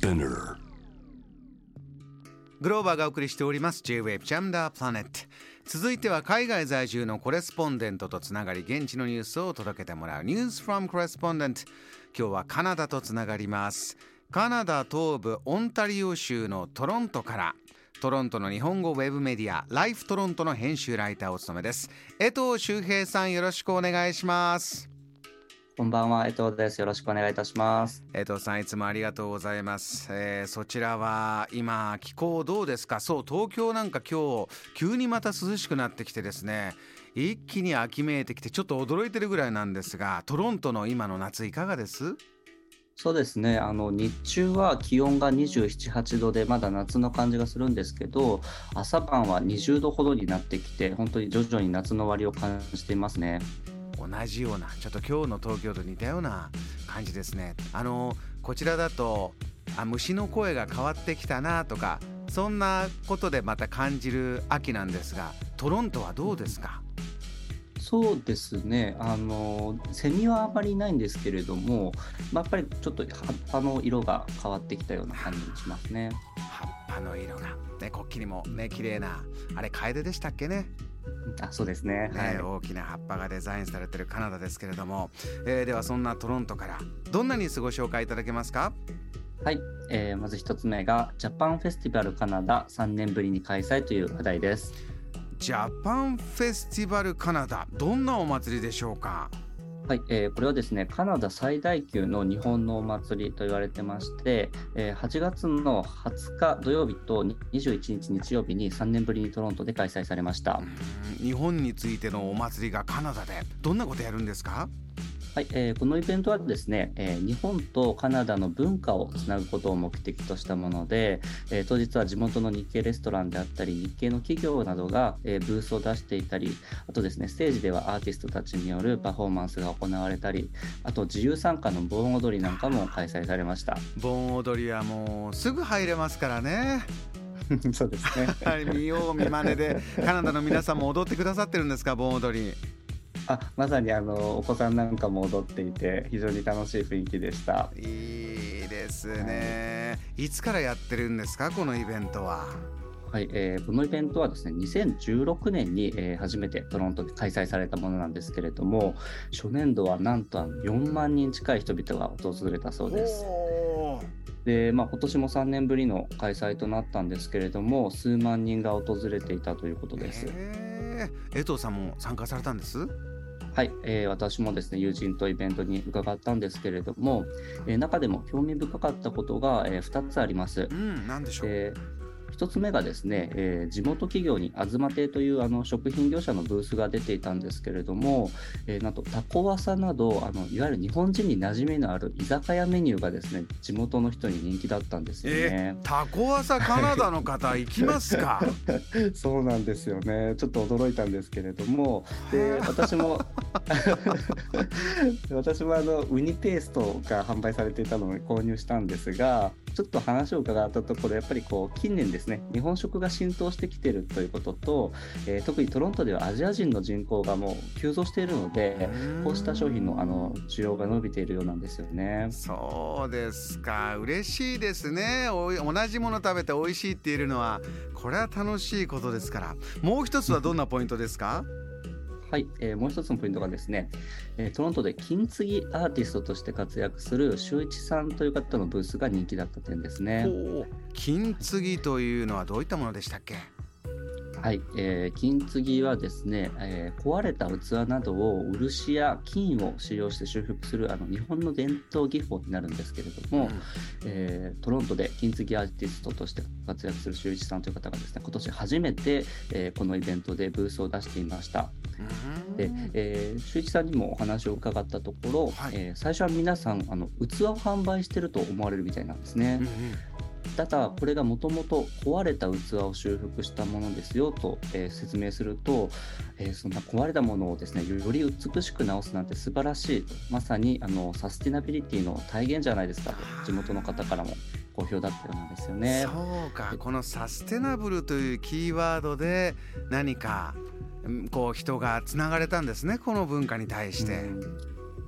Spinner。 グローバーがお送りしております J-Wave Jam the Planet。 続いては海外在住のコレスポンデントとつながり、現地のニュースを届けてもらう News from Correspondent。 今日はカナダとつながります。カナダ東部オンタリオ州のトロントから、トロントの日本語ウェブメディアライフトロントの編集ライターをお務めです、江藤修平さん、よろしくお願いします。 こんばんは、江藤です。よろしくお願いいたします。 江藤さん、いつもありがとうございます。そちらは今気候どうですか？そう、東京なんか今日急にまた涼しくなってきてですね、一気に秋めいてきてちょっと驚いてるぐらいなんですが、トロントの今の夏いかがです？ そうですね、日中は気温が27、8度でまだ夏の感じがするんですけど、朝晩は20度ほどになってきて、本当に徐々に夏の終わりを感じていますね。 同じような、ちょっと今日の東京と似たような感じですね。こちらだと虫の声が変わってきたなとか、そんなことでまた感じる秋なんですが、トロントはどうですか？ そうですね、セミはあまりいないんですけれども、やっぱりちょっと葉っぱの色が変わってきたような感じもしますね。 葉っぱの色が、ね、国旗にもね、綺麗な、あれカエデでしたっけね。 そうですね、はい、 大きな葉っぱがデザインされているカナダですけれども、ではそんなトロントからどんなニュースご紹介いただけますか？ はい、まず一つ目がジャパンフェスティバルカナダ3年ぶりに開催という話題です。 ジャパンフェスティバルカナダ、どんなお祭りでしょうか？ はい、これはですね、カナダ最大級の日本のお祭りと言われてまして、8月の20日土曜日と21日日曜日に3年ぶりにトロントで開催されました。 日本についてのお祭りがカナダでどんなことやるんですか？ はい、このイベントはですね、日本とカナダの文化をつなぐことを目的としたもので、当日は地元の日系レストランであったり日系の企業などが、ブースを出していたり、あとですね、ステージではアーティストたちによるパフォーマンスが行われたり、あと自由参加の盆踊りなんかも開催されました。 盆踊りはもうすぐ入れますからね。 そうですね見よう見まねでカナダの皆さんも踊ってくださってるんですか？盆踊り。 まさにお子さんなんかも踊っていて非常に楽しい雰囲気でした。 いいですね、いつからやってるんですか、このイベントは？ はい、このイベントはですね、2016年に、初めてトロントで開催されたものなんですけれども、初年度はなんと4万人近い人々が訪れたそうです。で、今年も3年ぶりの開催となったんですけれども、数万人が訪れていたということです。 江藤さんも参加されたんです？ はい、私もですね、友人とイベントに伺ったんですけれども、中でも興味深かったことが、2つあります。 何でしょう？ 一つ目がですね、地元企業にあずま亭という食品業者のブースが出ていたんですけれども、なんとタコワサなどいわゆる日本人に馴染みのある居酒屋メニューがですね、地元の人に人気だったんですよね。 タコワサカナダの方行きますか？ そうなんですよね。ちょっと驚いたんですけれども、で私もウニペーストが販売されていたのを購入したんですが、ちょっと話を伺ったところ、やっぱり近年ですね、日本食が浸透してきているということと、特にトロントではアジア人の人口がもう急増しているので、こうした商品の需要が伸びているようなんですよね。 そうですか、嬉しいですね。同じもの食べて美味しいって言えるのは、これは楽しいことですから。もう一つはどんなポイントですか？ はい、もう一つのポイントがですね、トロントで金継ぎアーティストとして活躍する修一さんという方のブースが人気だった点ですね。 金継ぎというのはどういったものでしたっけ？ はい、金継ぎはですね、壊れた器などを漆や金を使用して修復する日本の伝統技法になるんですけれども、トロントで金継ぎアーティストとして活躍する修一さんという方がですね、今年初めて、このイベントでブースを出していました。で、修一さんにもお話を伺ったところ、最初は皆さん器を販売していると思われるみたいなんですね。ただこれがもともと壊れた器を修復したものですよと、説明すると、そんな壊れたものをですね、より美しく直すなんて素晴らしいと、まさにサスティナビリティの体現じゃないですかと、地元の方からも好評だったようなんですよね。 そうか、このサステナブルというキーワードで何か人がつながれたんですね、この文化に対して。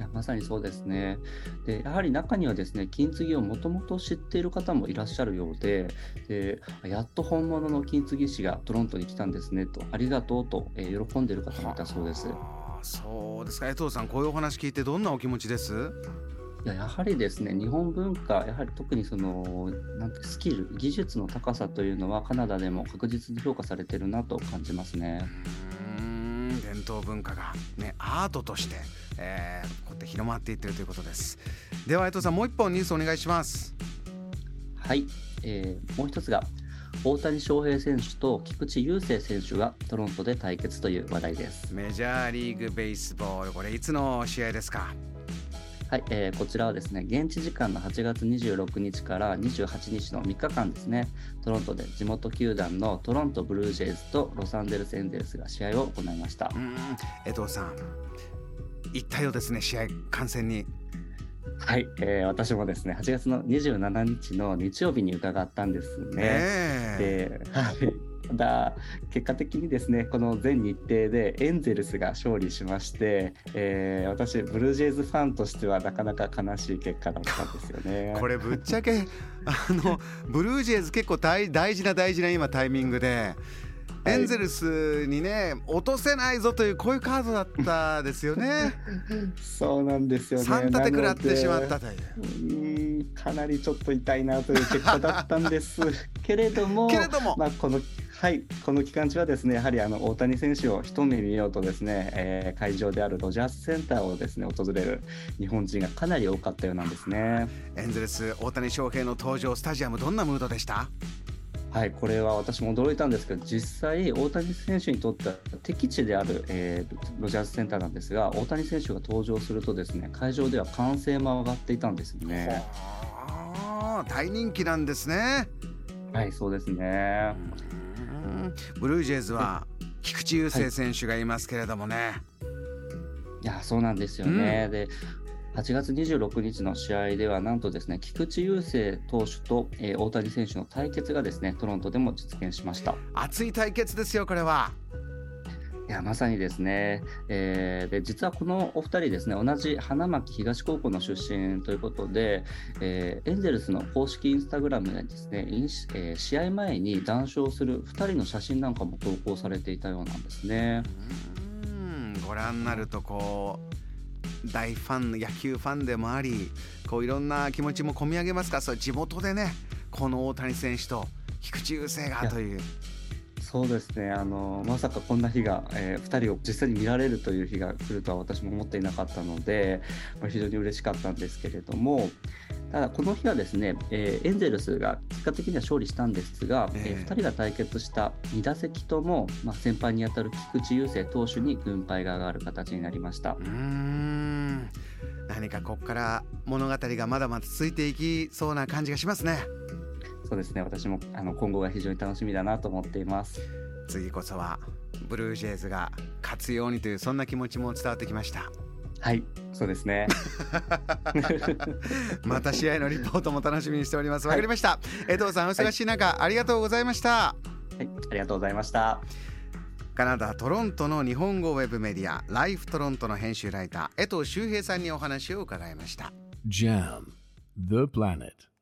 やまさにそうですね。で、やはり中にはですね、金継ぎをもともと知っている方もいらっしゃるようで、やっと本物の金継ぎ師がトロントに来たんですねと、ありがとうと、喜んでいる方もいたそうです。 そうですか。江藤さん、こういうお話聞いてどんなお気持ちです？ やはりですね、日本文化、やはり特にそのなんてスキル、技術の高さというのはカナダでも確実に評価されてるなと感じますね。 伝統文化が、ね、アートとして、こうやって広まっていっているということです。では江藤さん、もう一本ニュースお願いします。 はい、もう一つが大谷翔平選手と菊池雄星選手がトロントで対決という話題です。 メジャーリーグベースボール、これいつの試合ですか？ はい、こちらはですね、現地時間の8月26日から28日の3日間ですね、トロントで地元球団のトロントブルージェイズとロサンゼルスエンゼルスが試合を行いました。 江藤さん、行ったようですね、試合観戦に。 はい、私もですね、8月の27日の日曜日に伺ったんですね。で、はい。結果的にですね、この全日程でエンゼルスが勝利しまして、私ブルージェイズファンとしてはなかなか悲しい結果だったんですよね。 これぶっちゃけブルージェイズ結構大事な今タイミングで、エンゼルスにね落とせないぞというこういうカードだったですよね。 そうなんですよね。 3立て食らってしまったという、 かなりちょっと痛いなという結果だったんですけれどもまあ、この期間中はですね、やはり大谷選手を一目見ようとですね、会場であるロジャースセンターをですね訪れる日本人がかなり多かったようなんですね。 エンゼルス大谷翔平の登場、スタジアムどんなムードでした？ はい、これは私も驚いたんですけど、実際大谷選手にとっては敵地である、ロジャースセンターなんですが、大谷選手が登場するとですね、会場では歓声も上がっていたんですよね。 大人気なんですね。 はい、そうですね。 ブルージェイズは菊池雄星選手がいますけれどもね、 いやそうなんですよね。で8月26日の試合ではなんとですね、菊池雄星投手と、大谷選手の対決がですねトロントでも実現しました。 熱い対決ですよこれは。 いやまさにですね、で実はこのお二人ですね、同じ花巻東高校の出身ということで、エンゼルスの公式インスタグラムでですね、試合前に談笑する2人の写真なんかも投稿されていたようなんですね。 ご覧になるとこう大ファン、野球ファンでもあり、こういろんな気持ちも込み上げますか？そう地元でね、この大谷選手と菊池雄星がという。 そうですね、まさかこんな日が、2人を実際に見られるという日が来るとは私も思っていなかったので、非常に嬉しかったんですけれども、ただこの日はですね、エンゼルスが結果的には勝利したんですが、2人が対決した2打席とも、先輩にあたる菊池雄星投手に軍配が上がる形になりました。 何かここから物語がまだまだ続いていきそうな感じがしますね。 そうですね、私も今後が非常に楽しみだなと思っています。 次こそはブルージェイズが勝つようにというそんな気持ちも伝わってきました。 はい、そうですねまた試合のリポートも楽しみにしております。わかりました、江藤さんお忙しい中、ありがとうございました。 はい、ありがとうございました。 カナダ・トロントの日本語ウェブメディアライフトロントの編集ライター江藤周平さんにお話を伺いました。 JAM The Planet